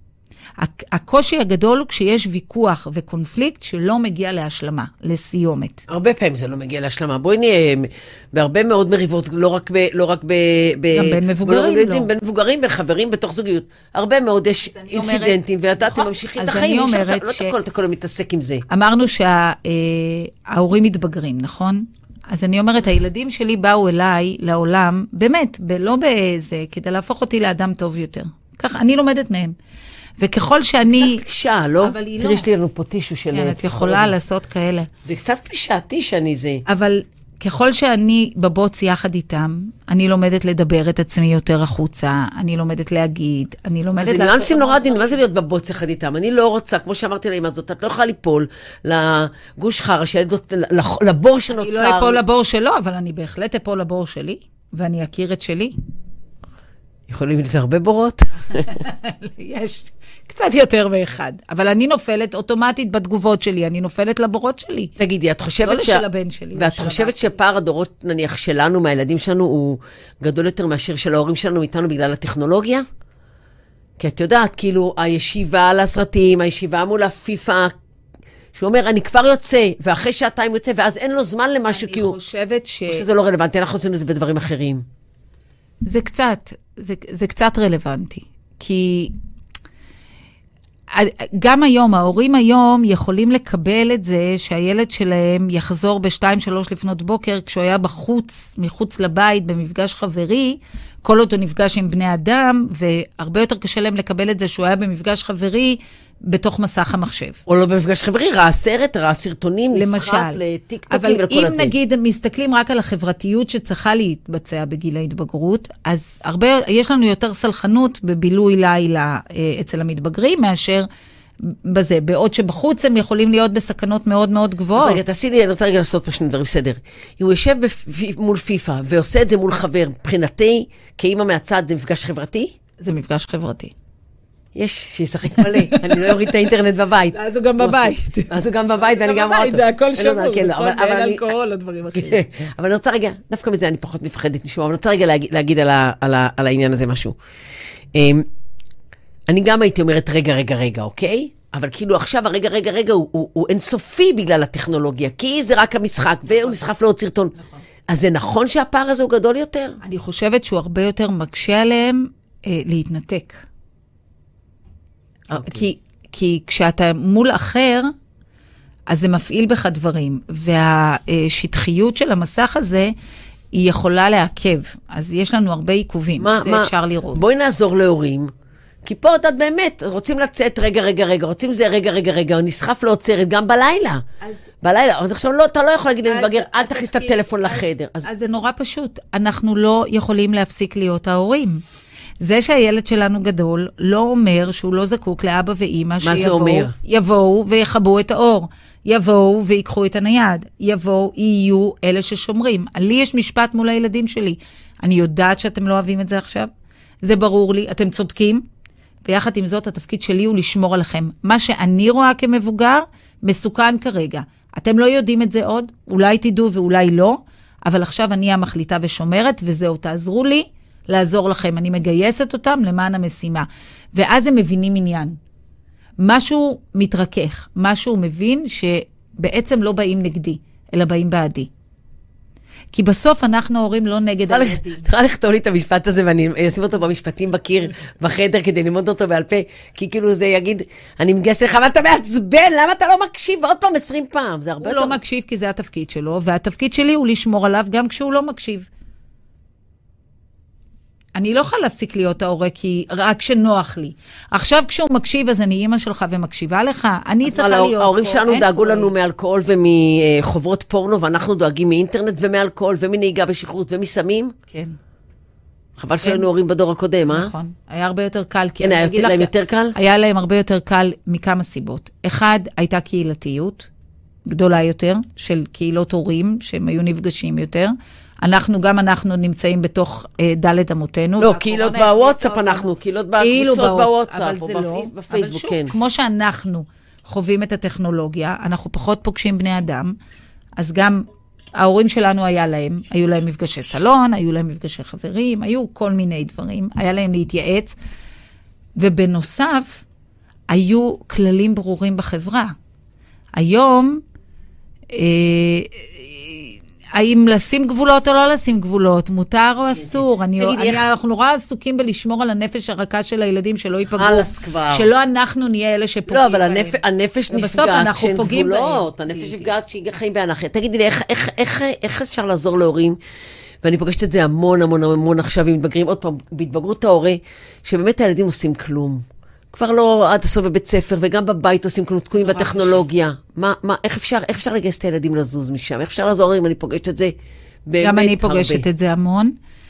הקושי הגדול הוא כשיש ויכוח וקונפליקט שלא מגיע להשלמה, לסיומת.
הרבה פעמים זה לא מגיע להשלמה. בואי נהיה בהרבה מאוד מריבות, לא רק
גם בין מבוגרים, לא.
בין מבוגרים, בין חברים, בתוך זוגיות. הרבה מאוד יש אינסידנטים, ואתם ממשיכים את החיים. לא את הכל מתעסק עם זה.
אמרנו שההורים מתבגרים, נכון? אז אני אומרת, הילדים שלי באו אליי לעולם, באמת, לא בזה, כדי להפוך אותי לאדם טוב יותר. ככה, אני לומדת מהם. וככל שאני...
קצת קלישה, לא? תראי, יש לי לנו פה טישו של...
כן, את יכולה לעשות כאלה.
זה קצת קלישאתי שאני זה.
אבל ככל שאני בבוץ יחד איתם, אני לומדת לדבר את עצמי יותר החוצה, אני לומדת להגיד, אני לומדת...
זה ניואנסים נורא דין, מה זה להיות בבוץ יחד איתם? אני לא רוצה, כמו שאמרתי לאמא הזאת, את לא יכולה ליפול לגוש חרא, לבור שנותר.
אני לא אפול לבור שלו, אבל אני בהחלט אפול לבור שלי, ואני אכיר את שלי.
יכולים להיות הרבה בורות?
יש קצת יותר מאחד. אבל אני נופלת אוטומטית בתגובות שלי, אני נופלת לבורות שלי.
תגידי, את חושבת
לא לשל הבן שלי.
ואת חושבת שפער הדורות, נניח, שלנו, מהילדים שלנו, הוא גדול יותר מאשר של ההורים שלנו איתנו בגלל הטכנולוגיה? כי את יודעת, כאילו, הישיבה על הסרטים, הישיבה מול הפיפה, שהוא אומר, אני כבר יוצא, ואחרי שעתיים יוצא, ואז אין לו זמן למשהו, כי הוא...
אני חושבת ש...
או שזה לא רלוונטי, אנחנו עושים את זה בדברים אחרים.
זה קצת רלוונטי, כי גם היום, ההורים היום יכולים לקבל את זה שהילד שלהם יחזור ב-2-3 לפנות בוקר, כשהוא היה מחוץ לבית, במפגש חברי, כל אותו נפגש עם בני אדם, והרבה יותר קשה להם לקבל את זה שהוא היה במפגש חברי, בתוך מסך המחשב.
או לא במפגש חברי, ראה סרט, ראה סרטונים, נסחף לטיק טוקים ולכל הזה.
אבל אם נגיד מסתכלים רק על החברתיות שצריכה להתבצע בגיל ההתבגרות, אז יש לנו יותר סלחנות בבילוי לילה אצל המתבגרים, מאשר בזה. בעוד שבחוץ הם יכולים להיות בסכנות מאוד מאוד גבוהות.
אז רגע, תעשי לי, אני רוצה רגע לעשות פה שני דברים בסדר. אם הוא יושב מול פיפה ועושה את זה מול חבר, מבחינתי, כאמא מהצד, זה מפגש חברתי?
זה מפגש חברתי.
יש, שישחק מלא. אני לא אוריד את האינטרנט בבית.
אז הוא גם בבית.
אז הוא גם בבית, ואני גם רואה אותו.
זה הכל שמור, נכון? ואין אלכוהול או דברים אחרים.
אבל אני רוצה רגע, דווקא מזה אני פחות מפחדת משמוע, אבל אני רוצה רגע להגיד על העניין הזה משהו. אני גם הייתי אומרת רגע, אוקיי? אבל כאילו עכשיו הרגע הוא אינסופי בגלל הטכנולוגיה, כי זה רק המשחק, והוא נסחף לעוד סרטון. אז זה נכון שהפער הזה הוא גדול יותר?
אני חושבת שהוא הרבה יותר מקשה עליהם להתנתק. כי כשאתה מול אחר, אז זה מפעיל בך דברים, והשטחיות של המסך הזה, היא יכולה לעכב. אז יש לנו הרבה עיכובים, זה אפשר לראות.
בואי נעזור להורים, כי פה אתה באמת, רוצים לצאת רגע, רוצים זה רגע, נסחף לעוד סרט, גם בלילה. בלילה, עכשיו לא, אתה לא יכול להגיד למתבגר, אל תכניס את הטלפון לחדר. אז
זה נורא פשוט, אנחנו לא יכולים להפסיק להיות ההורים. זה שהילד שלנו גדול, לא אומר שהוא לא זקוק לאבא ואמא,
מה זה אומר?
יבואו ויחבו את האור, יבואו ויקחו את הנייד, יבואו, יהיו אלה ששומרים. לי יש משפט מול הילדים שלי, אני יודעת שאתם לא אוהבים את זה עכשיו, זה ברור לי, אתם צודקים, ויחד עם זאת התפקיד שלי הוא לשמור עליכם. מה שאני רואה כמבוגר, מסוכן כרגע. אתם לא יודעים את זה עוד, אולי תדעו ואולי לא, אבל עכשיו אני המחליטה ושומרת, וזהו, תעזרו לי, לעזור לכם, אני מגייסת אותם למען המשימה. ואז הם מבינים עניין. משהו מתרכך, משהו מבין שבעצם לא באים נגדי, אלא באים בעדי. כי בסוף אנחנו ההורים לא נגד הילדים.
תוכל לכתוב לי את המשפט הזה, ואני אשים אותו במשפטים בקיר, בחדר, כדי ללמוד אותו בעל פה, כי כאילו זה יגיד, אני מגייס לך, אבל אתה מעצבן, למה אתה לא מקשיב? ועוד פעם 20 פעם, זה הרבה יותר...
הוא לא מקשיב כי זה התפקיד שלו, והתפקיד שלי הוא לשמור עליו גם כשהוא לא מקשיב. אני לא יכולה להפסיק להיות ההורה, כי רק שנוח לי. עכשיו כשהוא מקשיב, אז אני אימא שלך ומקשיבה לך, אני צריכה להיות פה.
ההורים שלנו דאגו לנו מאלכוהול ומחוברות פורנו, ואנחנו דואגים מאינטרנט ומאלכוהול, ומנהיגה בשכרות ומסמים.
כן.
חבל שהיינו הורים בדור הקודם, אה?
נכון. היה הרבה יותר קל.
כן, היה להם יותר קל?
היה להם הרבה יותר קל מכמה סיבות. אחד, הייתה קהילתיות גדולה יותר, של קהילות הורים, שהם היו נפגשים יותר. גם אנחנו נמצאים בתוך דלת אמותינו.
לא, קהילות בוואטסאפ אנחנו, קהילות בקבוצות בוואטסאפ, או בפייסבוק, כן.
אבל שוב, כמו שאנחנו חווים את הטכנולוגיה, אנחנו פחות פוגשים בני אדם, אז גם ההורים שלנו היו להם מפגשי סלון, היו להם מפגשי חברים, היו כל מיני דברים, היה להם להתייעץ, ובנוסף, היו כללים ברורים בחברה. היום, האם לשים גבולות או לא לשים גבולות, מותר או אסור. אנחנו נורא עסוקים בלשמור על הנפש הרכה של הילדים שלא ייפגעו. שלא אנחנו נהיה אלה שפוגעים בהם.
לא, אבל הנפש נפגעת כשאין גבולות. הנפש נפגעת כשהיא חיים באנרכיה. תגידי לי, איך אפשר לעזור להורים? ואני פוגשת את זה המון המון המון עכשיו, עם מתבגרים, עוד פעם, בהתבגרות ההורה, שבאמת הילדים עושים כלום. כבר לא עד הסוף בבית ספר, וגם בבית עושים כלום, תקועים בטכנולוגיה. איך אפשר לגייס את הילדים לזוז משם? איך אפשר לעזור אם אני פוגשת את זה באמת הרבה?
גם אני פוגשת את זה המון.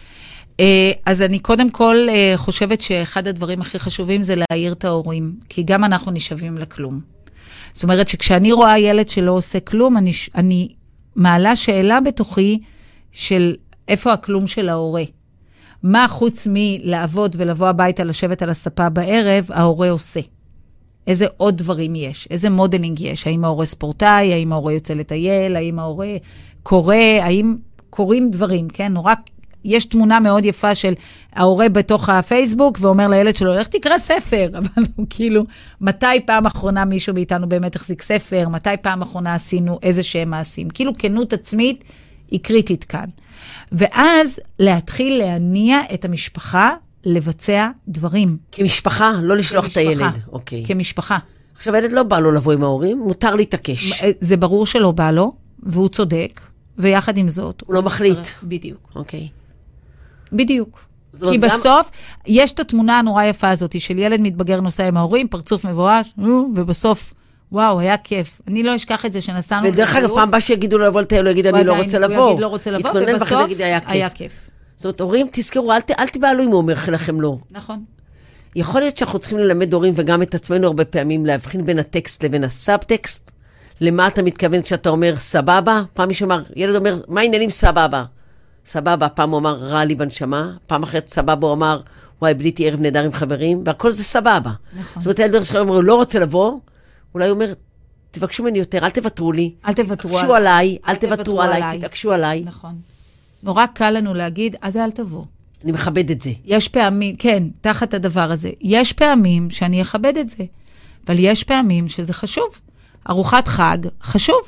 אז אני קודם כל חושבת שאחד הדברים הכי חשובים זה להעיר את ההורים, כי גם אנחנו נשאבים לכלום. זאת אומרת שכשאני רואה ילד שלא עושה כלום, אני מעלה שאלה בתוכי של איפה הכלום של ההורה. מה חוץ מלעבוד ולבוא הביתה, לשבת על הספה בערב, ההורה עושה? איזה עוד דברים יש? איזה מודלינג יש? האם ההורה ספורטאי? האם ההורה יוצא לטייל? האם ההורה קורא? האם קוראים דברים? כן, נורא, יש תמונה מאוד יפה של ההורה בתוך הפייסבוק, ואומר לילד שלו, לך תקרא ספר. אבל הוא כאילו, מתי פעם אחרונה מישהו מאיתנו באמת החזיק ספר? מתי פעם אחרונה עשינו איזה שהם מעשים? כאילו, כנות עצמית היא קריטית כאן. ואז להתחיל להניע את המשפחה לבצע דברים.
כמשפחה, לא לשלוח את הילד. אוקיי.
כמשפחה.
עכשיו, הילד לא בא לו לבוא עם ההורים, מותר להתעקש.
זה ברור שלא בא לו, והוא צודק, ויחד עם זאת...
הוא לא מחליט.
בדיוק.
אוקיי.
בדיוק. כי בסוף, יש את התמונה הנורא יפה הזאת, של ילד מתבגר נוסע עם ההורים, פרצוף מבואס, ובסוף... וואו, היה כיף. אני לא אשכח את זה שנסענו...
ודרך אגב, פעם בא שיגידו לו לבוא לטייל, הוא יגיד, אני לא רוצה לבוא.
הוא יגיד, לא רוצה לבוא, ובסוף
היה כיף. זאת אומרת, הורים, תזכרו, אל תבעלו אם הוא אומר לכם לא.
נכון.
יכול להיות שאנחנו צריכים ללמד הורים, וגם את עצמנו הרבה פעמים, להבחין בין הטקסט לבין הסאב-טקסט. למה אתה מתכוון כשאתה אומר סבבה? פעם מישהו אמר, ילד אומר, מה העניינים סבבה? סבבה, פעם הוא אמר, רע לי בנשמה, פעם אחרת סבבה הוא אמר, וואי, בליתי ערב נהדר עם חברים, והכל זה סבבה. נכון. זאת אומרת, הילד אומר, לא רוצה לבוא, אולי הוא אומר, תבקשו ממני יותר, אל תוותרו לי.
אל תוותרו
תתעקשו עליי, אל תוותרו עליי, תתעקשו עליי.
נכון. נורא קל לנו להגיד, אז אל תבוא.
אני מכבד את זה.
יש פעמים, כן, תחת הדבר הזה. יש פעמים שאני אכבד את זה, אבל יש פעמים שזה חשוב. ארוחת חג, חשוב.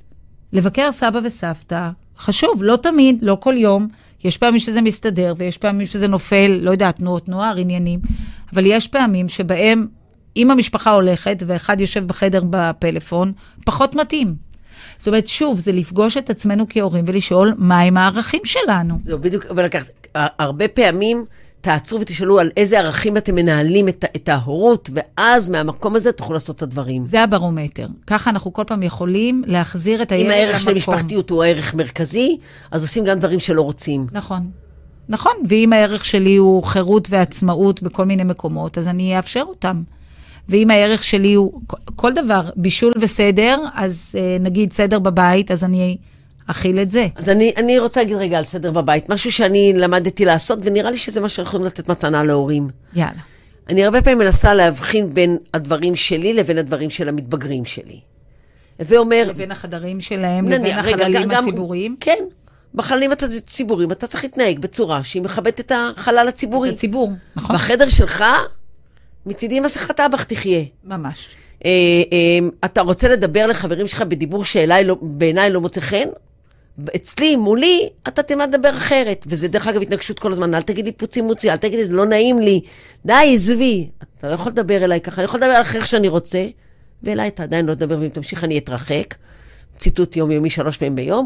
לבקר סבא וסבתא, חשוב. לא תמיד, לא כל יום. יש פעמים שזה מסתדר, ויש פעמים שזה נופל, לא יודעת, תנועות נוער, עניינים. אבל יש פעמים שבהם אם המשפחה הולכת, ואחד יושב בחדר בפלאפון, פחות מתאים. זאת אומרת, שוב, זה לפגוש את עצמנו כהורים, ולשאול מהם הערכים שלנו.
זהו, בדיוק, אבל הרבה פעמים תעצרו ותשאלו על איזה ערכים אתם מנהלים את ההורות, ואז מהמקום הזה תוכלו לעשות את הדברים.
זה הברומטר. ככה אנחנו כל פעם יכולים להחזיר את הילד למקום.
אם הערך של משפחתיות הוא הערך מרכזי, אז עושים גם דברים שלא רוצים.
נכון. נכון, ואם הערך שלי הוא חירות ועצמאות בכל מיני מקומות, אז אני אאפשר אותם. ואם הערך שלי הוא כל דבר, בישול וסדר, אז נגיד סדר בבית, אז אני אכיל את זה.
אז אני רוצה להגיד רגע על סדר בבית, משהו שאני למדתי לעשות, ונראה לי שזה מה שאנחנו יכולים לתת מתנה להורים.
יאללה.
אני הרבה פעמים מנסה להבחין בין הדברים שלי לבין הדברים של המתבגרים שלי. ואומר...
לבין החדרים שלהם, לבין החללים הציבוריים?
כן. בחללים הציבוריים אתה צריך להתנהג בצורה שהיא מכבדת את החלל הציבורי.
את הציבור, נכון.
בחדר שלך... מצידי מסכת אבח תחיה.
ממש.
אתה רוצה לדבר לחברים שלך בדיבור שאליי בעיניי לא מוצא חן? אצלי, מולי, אתה תלמד לדבר אחרת. וזה דרך אגב התנגשות כל הזמן, אל תגיד לי פוצי מוצי, אל תגיד לי, זה לא נעים לי. די, עזבי. אתה לא יכול לדבר אליי ככה, אני יכול לדבר על איך שאני רוצה, ואליי אתה עדיין לא תדבר, ואם תמשיך אני אתרחק. ציטוט יומי 3 פעמים ביום.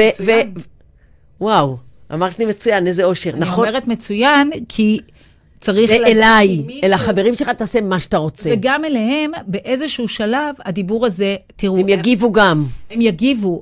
וואו, אמרת לי מצוין, איזה אושר, נכון?
אני אומרת מצוין, כי צריך...
זה אליי, אל החברים שלך תעשה מה שאתה רוצה.
וגם אליהם, באיזשהו שלב, הדיבור הזה, תראו...
הם יגיבו גם.
הם יגיבו.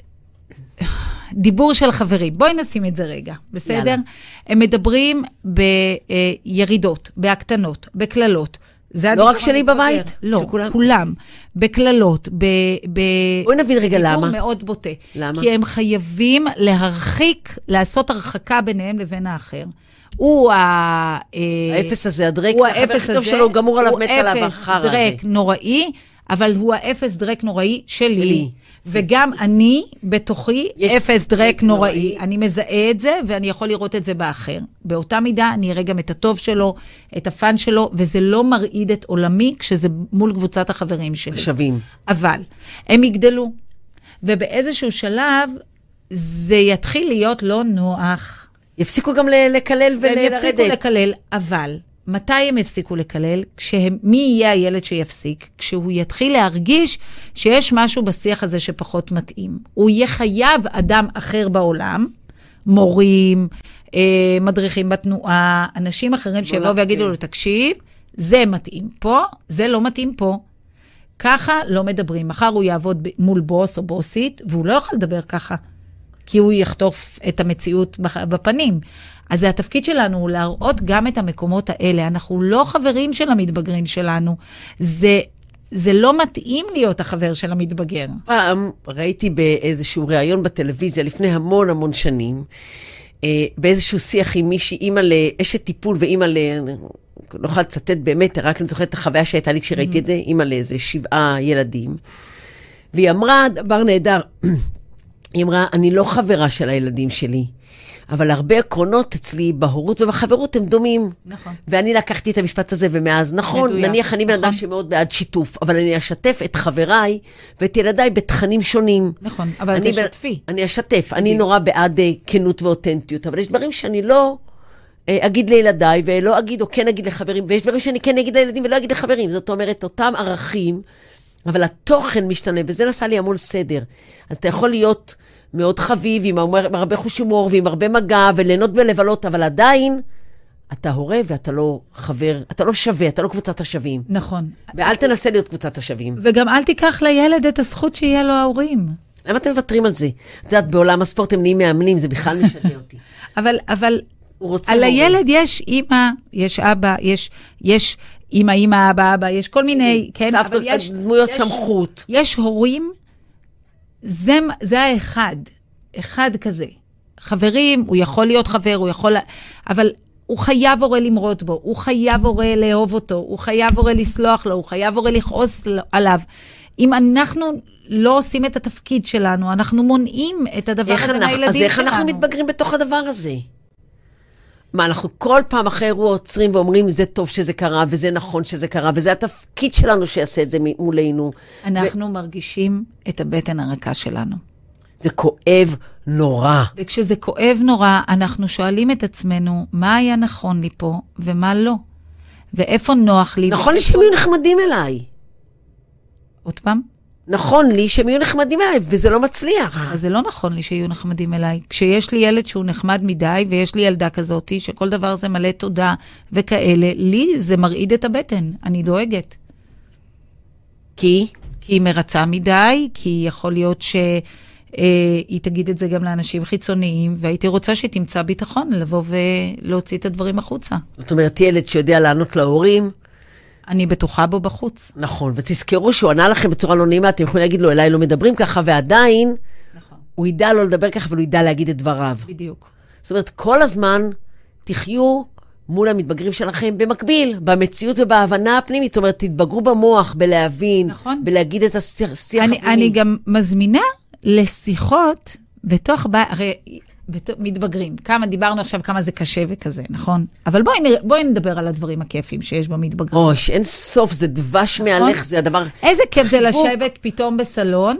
דיבור של חברים. בואי נשים את זה רגע, בסדר? יאללה. הם מדברים בירידות, בהקטנות, בכללות.
לא רק שלי בבית?
לא, כולם. בכללות,
בואי נבין רגע למה.
דיבור מאוד בוטה.
למה?
כי הם חייבים להרחיק, לעשות הרחקה ביניהם לבין האחר. הוא
האפס הזה, הדרק, החבר הכי טוב שלו, גמור עליו מת עליו אחר הזה.
הוא אפס דרק נוראי, אבל הוא האפס דרק נוראי שלי. וגם אני, בתוכי, אפס דרק נוראי. אני מזהה את זה, ואני יכול לראות את זה באחר. באותה מידה, אני אראה גם את הטוב שלו, את הפן שלו, וזה לא מרעיד את עולמי, כשזה מול קבוצת החברים שלי.
שווים.
אבל, הם יגדלו. ובאיזשהו שלב, זה יתחיל להיות לא נוח.
יפסיקו גם לקלל ולרדת.
והם יפסיקו לקלל, אבל... מתי הם יפסיקו לקלל? מי יהיה הילד שיפסיק? כשהוא יתחיל להרגיש שיש משהו בשיח הזה שפחות מתאים. הוא יהיה חייב אדם אחר בעולם, מורים, מדריכים בתנועה, אנשים אחרים שיבואו ויגידו לו, תקשיב, זה מתאים פה, זה לא מתאים פה. ככה לא מדברים. מחר הוא יעבוד מול בוס או בוסית, והוא לא יכול לדבר ככה, כי הוא יחטוף את המציאות בפנים. אז זה התפקיד שלנו, הוא להראות גם את המקומות האלה. אנחנו לא חברים של המתבגרים שלנו. זה לא מתאים להיות החבר של המתבגר.
פעם ראיתי באיזשהו ראיון בטלוויזיה, לפני המון שנים, באיזשהו שיח עם מישהי, אימא לאשת טיפול ואימא לא יכולה לצטט באמת, רק אני זוכרת את החוויה שהייתה לי כשראיתי את זה, אימא לאיזה 7 ילדים. והיא אמרה דבר נהדר, היא אמרה, אני לא חברה של הילדים שלי, אבל הרבה עקרונות אצלי בהורות ובחברות הם דומים.
נכון.
ואני לקחתי את המשפט הזה, ומאז, נכון, מדויק, נניח אני בן אדם שמאוד בעד שיתוף, אבל אני אשתף את חבריי ואת ילדיי בתכנים שונים.
נכון, אבל אתה שתפי.
אני אשתף, אני נורא בעד כנות ואותנטיות, אבל יש דברים שאני לא אגיד לילדיי, ולא אגיד או כן אגיד לחברים, ויש דברים שאני כן אגיד לילדים ולא אגיד לחברים. זאת אומרת, אותם ערכים, אבל התוכן משתנה, וזה נעשה לי המון סדר. אז אתה יכול להיות מאוד חביב, עם הרבה חוש הומור, ועם הרבה מגע, וליהנות ולבלות, אבל עדיין, אתה הורה ואתה לא חבר, אתה לא שווה, אתה לא קבוצת השווים.
נכון.
ואל תנסה להיות קבוצת השווים.
וגם אל תיקח לילד את הזכות שיהיה לו ההורים.
למה אתם מוותרים על זה? את יודעת, בעולם הספורט הם נהיים מאמנים, זה בכלל משנה אותי.
אבל על הילד יש אמא, יש אבא, יש אמא, אבא, יש כל מיני, כן?
סבתות, דמויות סמכות.
יש הורים, זה האחד, אחד כזה. חברים, הוא יכול להיות חבר, הוא יכול, אבל הוא חייב הורה למרות בו, הוא חייב הורה לאהוב אותו, הוא חייב הורה לסלוח לו, הוא חייב הורה לכעוס עליו. אם אנחנו לא עושים את התפקיד שלנו, אנחנו מונעים את הדבר הזה מהילדים שלנו.
אז איך אנחנו מתבגרים בתוך הדבר הזה? מה, אנחנו כל פעם אחרי אירוע עוצרים ואומרים, זה טוב שזה קרה, וזה נכון שזה קרה, וזה התפקיד שלנו שיעשה את זה מולנו.
אנחנו מרגישים את הבטן הריקה שלנו.
זה כואב נורא.
וכשזה כואב נורא, אנחנו שואלים את עצמנו, מה היה נכון לי פה, ומה לא? ואיפה נוח לי?
נכון לי שהם יהיו נחמדים אליי.
עוד פעם?
נכון לי שהם יהיו נחמדים אליי, וזה לא מצליח.
אז זה לא נכון לי שיהיו נחמדים אליי. כשיש לי ילד שהוא נחמד מדי, ויש לי ילדה כזאת, שכל דבר זה מלא תודה וכאלה, לי זה מרעיד את הבטן. אני דואגת.
כי?
כי היא מרצה מדי, כי יכול להיות שהיא תגיד את זה גם לאנשים חיצוניים, והייתי רוצה שהיא תמצא ביטחון לבוא ולהוציא את הדברים החוצה. זאת
אומרת, ילד שיודע לענות להורים,
אני בטוחה בו בחוץ.
נכון, ותזכרו שהוא ענה לכם בצורה לא נעימה, אתם יכולים להגיד לו, אליי לא מדברים ככה, ועדיין, נכון. הוא ידע לא לדבר ככה, אבל הוא ידע להגיד את דבריו.
בדיוק.
זאת אומרת, כל הזמן תחיו מול המתבגרים שלכם במקביל, במציאות ובהבנה הפנימית. זאת אומרת, תתבגרו במוח, בלהבין, נכון. בלהגיד את השיח הפנימי.
אני גם מזמינה לשיחות בתוך הרי מתבגרים. דיברנו עכשיו כמה זה קשה וכזה, נכון? אבל בואי נדבר על הדברים הכיפים שיש במתבגרים.
אוי, אין סוף, זה דבש מהלך, זה הדבר...
איזה כיף זה לשבת פתאום בסלון,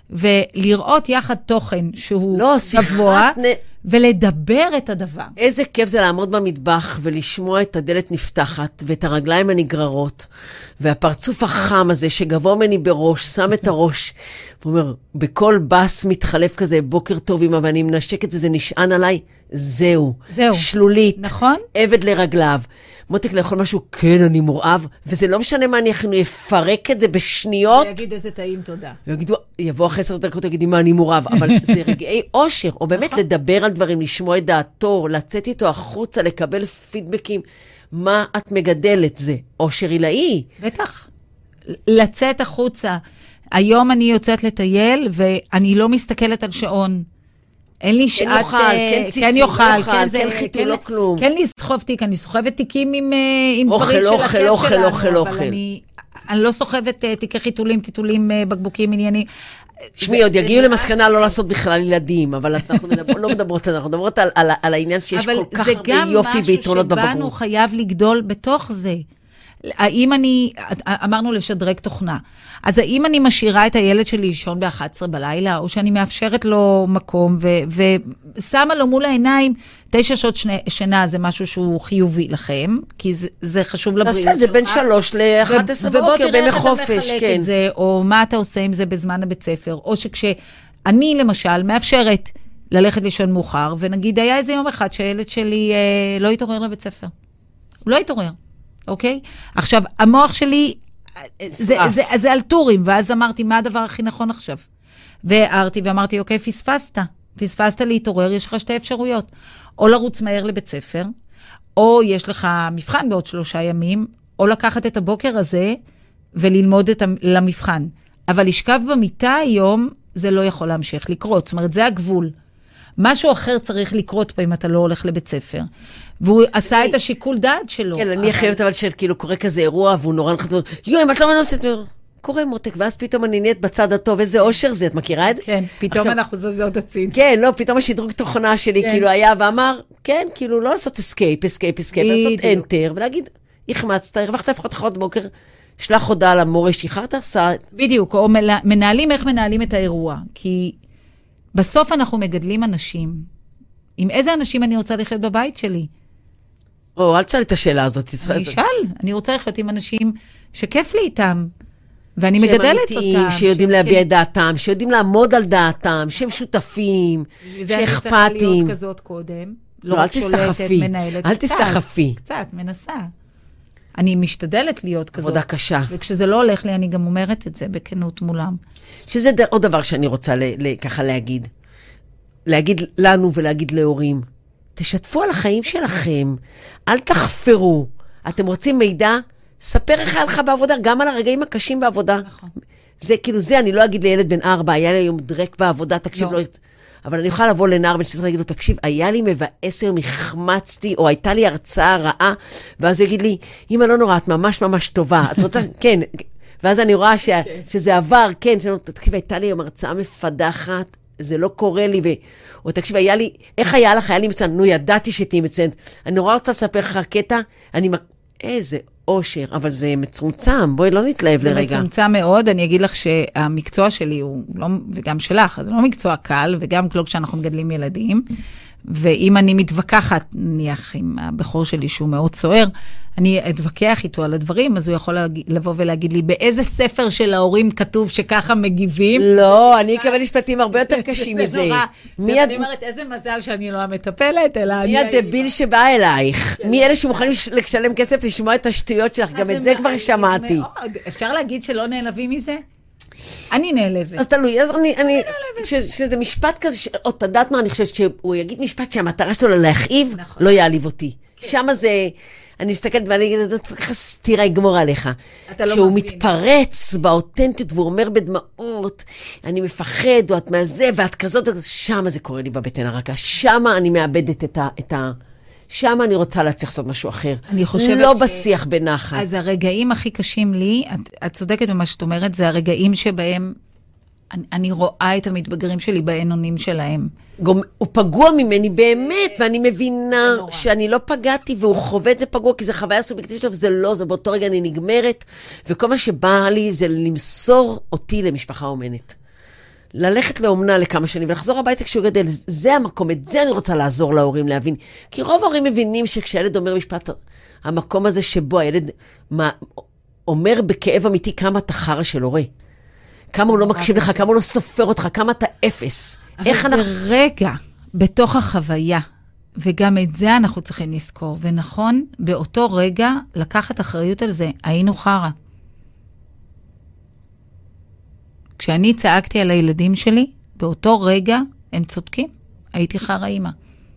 ולראות יחד תוכן שהוא
לא,
גבוה, ולדבר את הדבר.
איזה כיף זה לעמוד במטבח ולשמוע את הדלת נפתחת, ואת הרגליים הנגררות, והפרצוף החם הזה שגבוה מני בראש, שם את הראש, ואומר, בכל בס מתחלף כזה, בוקר טוב אמא, ואני מנשקת וזה נשען עליי, זהו. שלולית.
נכון?
עבד לרגליו. מותק לאכול משהו, כן, אני מורעב, וזה לא משנה מה אני אפרק את זה בשניות.
ויגיד איזה טעים תודה.
יבוא אחרי 10 דקות, יגידי מה אני מורעב, אבל זה רגעי אושר, או באמת לדבר על דברים, לשמוע את דעתו, לצאת איתו החוצה, לקבל פידבקים. מה את מגדלת? זה אושר עילאי.
בטח. לצאת החוצה. היום אני יוצאת לטייל, ואני לא מסתכלת על שעון. אין לי שעת...
כן יוכל, כן ציצי, כן חיתו, לא כלום.
כן לסחוב תיק, אני סוחבת תיקים עם דברים של הכיף שלנו, אבל אני לא סוחבת תיקי חיתולים, טיטולים, בקבוקים, עניינים.
שמי, עוד יגיעו למסקנה לא לעשות בכלל ילדים, אבל אנחנו לא מדברות, אנחנו מדברות על העניין שיש כל כך הרבה יופי ויתרונות בבגרות.
אבל זה גם משהו שבנו חייב לגדול בתוך זה. האם אמרנו לשדרג תוכנה, אז האם אני משאירה את הילד שלי לישון ב-11 בלילה, או שאני מאפשרת לו מקום, ושמה לו מול העיניים 9 שעות שינה, זה משהו שהוא חיובי לכם, כי זה חשוב לבריאות.
תעשה את זה בין 3 ל-11 בבוקר, בימי חופש, כן. ובוא תראה איך אתה מחלק
את זה, או מה אתה עושה עם זה בזמן הבית ספר, או שכשאני למשל מאפשרת ללכת לישון מאוחר, ונגיד היה איזה יום אחד שהילד שלי לא התעורר לבית ספר. הוא לא התעורר. אוקיי? עכשיו, המוח שלי, זה על טורים, ואז אמרתי, מה הדבר הכי נכון עכשיו? והערתי ואמרתי, אוקיי, פספסת להתעורר, יש לך 2 אפשרויות. או לרוץ מהר לבית ספר, או יש לך מבחן בעוד 3 ימים, או לקחת את הבוקר הזה, וללמוד למבחן. אבל לשכב במיטה היום, זה לא יכול להמשיך לקרות. זאת אומרת, זה הגבול. משהו אחר צריך לקרות פה אם אתה לא הולך לבית ספר. והוא עשה את השיקול דעת שלו.
כן, אני חייבת אבל שכאילו קורה כזה אירוע, והוא נורא נחזור, אם את לא מנוסת, קורה מותק, ואז פתאום אני נהיית בצד הטוב, איזה אושר זה, את מכירה את זה?
כן, פתאום אנחנו זזות הצין.
כן, לא, פתאום השדרוג תוכנה שלי כאילו היה ואמר, כן, כאילו לא לעשות אסקייפ, לעשות אנטר, ולהגיד, החמצת, הרווחת לפחות אחרות בוקר, שלח הודעה למורה, שחררת, עשה...
בדיוק, או מנהלים איך מנהלים את האירוע, כי בסוף אנחנו מגדלים אנשים. עם איזה אנשים אני רוצה לחיות בבית שלי?
אל תשאל את השאלה הזאת.
אני אשאל, אני רוצה לחיות עם אנשים שכיף לי איתם, ואני מגדלת אותם.
שיודעים להביע את דעתם, שיודעים לעמוד על דעתם, שהם שותפים, שאכפתים.
אני צריכה להיות כזאת קודם.
לא, אל תסחפי. אל תסחפי.
קצת, מנסה. אני משתדלת להיות כזאת.
עבודה קשה.
וכשזה לא הולך לי, אני גם אומרת את זה בכנות מולם.
שזה עוד דבר שאני רוצה ככה להגיד. להגיד לנו ולהגיד להורים. תשתפו על החיים שלכם. אל תחפרו. אתם רוצים מידע? ספר איך היה לך בעבודה, גם על הרגעים הקשים בעבודה.
נכון.
זה כאילו זה, אני לא אגיד לילד בן 4, היה לי היום דרק בעבודה, תקשיב, לא. אבל אני יכולה לבוא לנער בן 16 להגיד לו, תקשיב, היה לי מבאס היום, החמצתי, או הייתה לי הרצאה רעה, ואז הוא יגיד לי, אמא לא נורא, את ממש ממש טובה, את רוצה, כן, ואז אני רואה שזה עבר, כן, תקשיב, הייתה לי היום הרצאה מפדחת, זה לא קורה לי, או תקשיב, היה לי, איך היה לך, היה לי מצוין, נו, ידעתי שתהי מצוין, אני נורא רוצה לספר לך קטע, איזה אושר, אבל זה מצומצם, בואי לא נתלהב לרגע.
זה מצומצם מאוד, אני אגיד לך שהמקצוע שלי הוא, לא, וגם שלך, זה לא מקצוע קל, וגם כשאנחנו מגדלים ילדים, ואם אני מתווכחת, נניח עם הבחור שלי שהוא מאוד סוער, אני אתווכח איתו על הדברים, אז הוא יכול לבוא ולהגיד לי, באיזה ספר של ההורים כתוב שככה מגיבים?
לא, אני אקבל משפטים הרבה יותר קשים מזה.
זה נורא. אני אומרת, איזה מזל שאני לא המטפלת, אלא אני...
מי הדביל שבא אלייך? מי אלה שמוכנים לשלם כסף לשמוע את השטויות שלך? גם את זה כבר שמעתי.
אפשר להגיד שלא נעלבים מזה? אני נעלבת.
אז תלוי, אז אני שזה משפט כזה, או תדעת מה, אני חושבת שהוא יגיד משפט שהמטרה שלו להכאיב, לא יעליב אותי. שמה זה, אני מסתכלת ואני אגיד, ככה סתירה יגמור עליך. שהוא מתפרץ באותנטיות, והוא אומר בדמעות, אני מפחד, או את מהזה, ואת כזאת, שמה זה קורה לי בבטן הרכה, שמה אני מאבדת את ה... שם אני רוצה להצליח לעשות משהו אחר.
אני חושבת
לא בשיח בנחת.
אז הרגעים הכי קשים לי, את צודקת במה שאת אומרת, זה הרגעים שבהם אני רואה את המתבגרים שלי בעינונים שלהם.
הוא פגוע ממני באמת, ואני מבינה שאני לא פגעתי, והוא חווה את זה פגוע, כי זה חוויה סובייקטיבית שלו, וזה לא, זה באותו רגע אני נגמרת, וכל מה שבא לי זה למסור אותי למשפחה אומנת. ללכת לאומנה לכמה שנים, ולחזור הביתה כשהוא גדל. זה המקום, את זה אני רוצה לעזור להורים להבין. כי רוב ההורים מבינים שכשהילד אומר משפט, המקום הזה שבו הילד אומר בכאב אמיתי כמה אתה חרא של הורה. כמה הוא לא מקשיב לך, כמה הוא לא סופר אותך, כמה אתה אפס. איך אנחנו...
אבל זה רגע בתוך החוויה, וגם את זה אנחנו צריכים לזכור. ונכון, באותו רגע לקחת אחריות על זה, היינו חרא. כשאני צעקתי על הילדים שלי, באותו רגע הם צודקים. הייתי חרא אימא.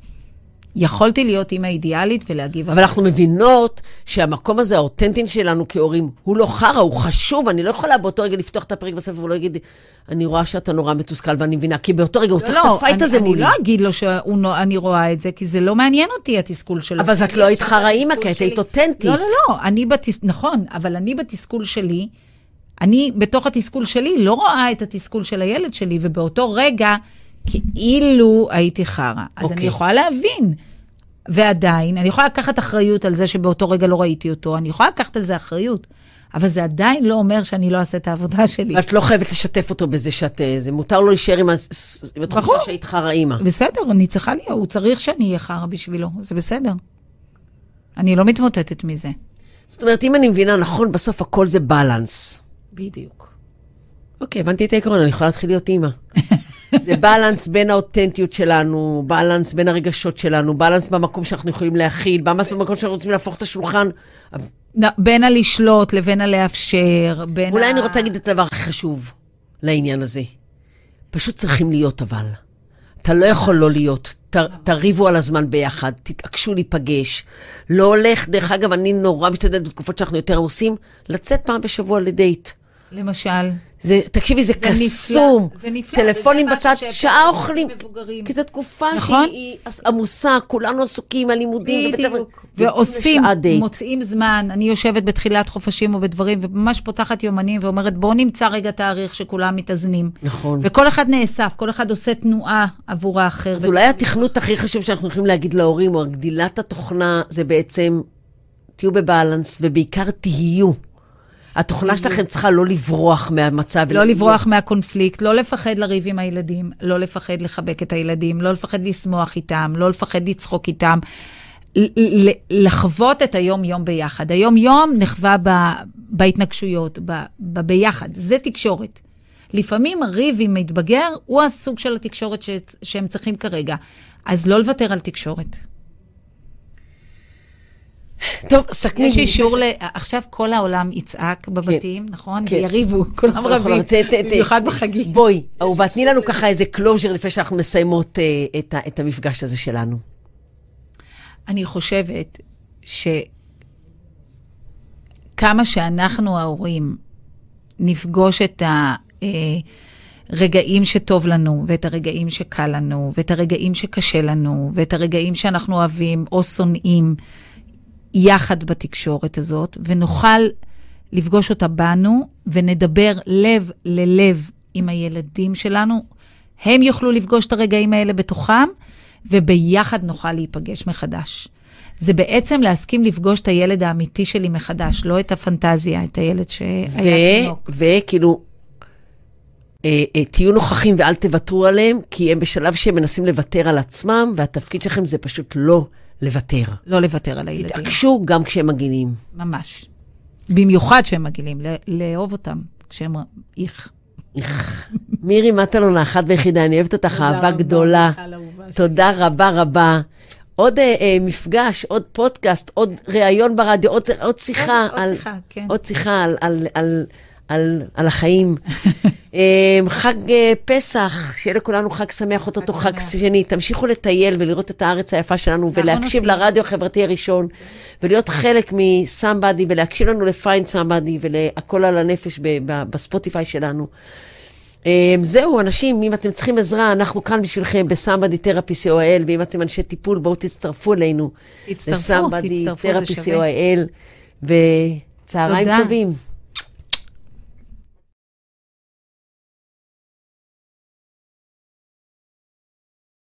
יכולתי להיות אימא אידיאלית ולהגיב.
אבל אנחנו מבינות שהמקום הזה, האותנטי שלנו כהורים, הוא לא חרא, הוא חשוב. אני לא יכולה באותו רגע לפתוח את הפרק בספר ולא אגיד, אני רואה שאתה נורא מתוסכל ואני מבינה, כי באותו רגע הוא צריך את הפייט הזה מולי.
אני לא אגיד לו שאני רואה את זה, כי זה לא מעניין אותי התסכול שלו.
אבל את לא היית חרא אימא, כי היית אותנטית.
לא, נכון, אבל אני בתסכול שלי, אני בתוך התסכול שלי לא רואה את התסכול של הילד שלי, ובאותו רגע כאילו הייתי חרא. אז אני יכולה להבין. ועדיין, אני יכולה לקחת אחריות על זה שבאותו רגע לא ראיתי אותו, אני יכולה לקחת על זה אחריות, אבל זה עדיין לא אומר שאני לא אעשה את העבודה שלי.
ואת לא חייבת לשתף אותו בזה זה מותר לו להישאר עם התחושה שהיית חרא אימא.
בסדר, אני צריכה להיות, הוא צריך שאני אהיה חרא בשבילו, זה בסדר. אני לא מתמוטטת מזה.
זאת אומרת, אם אני מבינה נכון, בסוף הכל זה בלנס.
בדיוק.
אוקיי, הבנתי את העקרון, אני יכולה להתחיל להיות אימא. זה בלנס בין האותנטיות שלנו, בלנס בין הרגשות שלנו, בלנס במקום שאנחנו יכולים להכיל, בלנס במקום שאנחנו רוצים להפוך את השולחן.
בין הלשלוט לבין הלאפשר, בין
אולי אני רוצה להגיד את הדבר הכי חשוב לעניין הזה. פשוט צריכים להיות אבל. אתה לא יכול לא להיות. תריבו על הזמן ביחד, תתעקשו להיפגש. לא הולך, דרך אגב, אני נורא משתדלת בתקופות שאנחנו יותר עושים, לצאת פעם בשבוע לדייט.
למשל.
תקשיבי, זה קסום.
זה נפלא.
טלפונים בצד, שעה אוכלים. כי זו תקופה שהיא עמוסה, כולנו עסוקים על לימודים.
בדיוק. ועושים, מוצאים זמן. אני יושבת בתחילת חופשים או בדברים, וממש פותחת יומנים ואומרת, בואו נמצא רגע תאריך שכולם מתאזנים.
נכון.
וכל אחד נאסף, כל אחד עושה תנועה עבור האחר.
אז אולי התכנות הכי חשוב שאנחנו יכולים להגיד להורים, או גדילת התוכנה, זה בעצם, תהיו בבלנס, ובעיקר תהיו. התוכנה שלכם צריכה לא לברוח מהמצב.
לא לברוח מהקונפליקט, לא לפחד לריב עם הילדים, לא לפחד לחבק את הילדים, לא לפחד לשמוח איתם, לא לפחד לצחוק איתם, לחוות את היום-יום ביחד. היום-יום נחווה בהתנגשויות, ביחד. זה תקשורת. לפעמים הריב עם מתבגר הוא הסוג של התקשורת שהם צריכים כרגע. אז לא לוותר על תקשורת.
טוב, סכמי.
יש אישור עכשיו כל העולם יצעק בבתים, נכון? ויריבו, כולם רבים, במיוחד בחגים.
בואי, אהובה, תני לנו ככה איזה קלוז'ר לפני שאנחנו מסיימות את המפגש הזה שלנו.
אני חושבת שכמה שאנחנו ההורים נפגוש את הרגעים שטוב לנו, ואת הרגעים שקל לנו, ואת הרגעים שקשה לנו, ואת הרגעים שאנחנו אוהבים או שונאים, יחד בתקשורת הזאת, ונוכל לפגוש אותה בנו, ונדבר לב ללב עם הילדים שלנו, הם יוכלו לפגוש את הרגעים האלה בתוכם, וביחד נוכל להיפגש מחדש. זה בעצם להסכים לפגוש את הילד האמיתי שלי מחדש, לא את הפנטזיה, את הילד שהיה תינוק.
וכאילו, תהיו נוכחים ואל תוותרו עליהם, כי הם בשלב שהם מנסים לוותר על עצמם, והתפקיד שלכם זה פשוט לא לוותר.
לא לוותר על הילדים.
תתעקשו גם כשהם מגינים.
ממש. במיוחד כשהם מגינים, לאהוב אותם כשהם
מירי מטלון, האחת ויחידה, אני אוהבת אותך, אהבה גדולה. תודה רבה רבה. עוד מפגש, עוד פודקאסט, עוד ראיון ברדיו, עוד שיחה. עוד שיחה על החיים. חג פסח, שיהיה לכולנו חג שמח, אותו חג שני. תמשיכו לטייל ולראות את הארץ היפה שלנו, ולהקשיב לרדיו החברתי הראשון, ולהיות חלק מסמבדי, ולהקשיב לנו לפיין סמבדי, ולהכל על הנפש בספוטיפיי שלנו. זהו, אנשים, אם אתם צריכים עזרה, אנחנו כאן בשבילכם בסמבדי תרפי co.il, ואם אתם אנשי טיפול, בואו תצטרפו אלינו.
תצטרפו,
בסמבדי תרפי co.il, וצהריים טובים.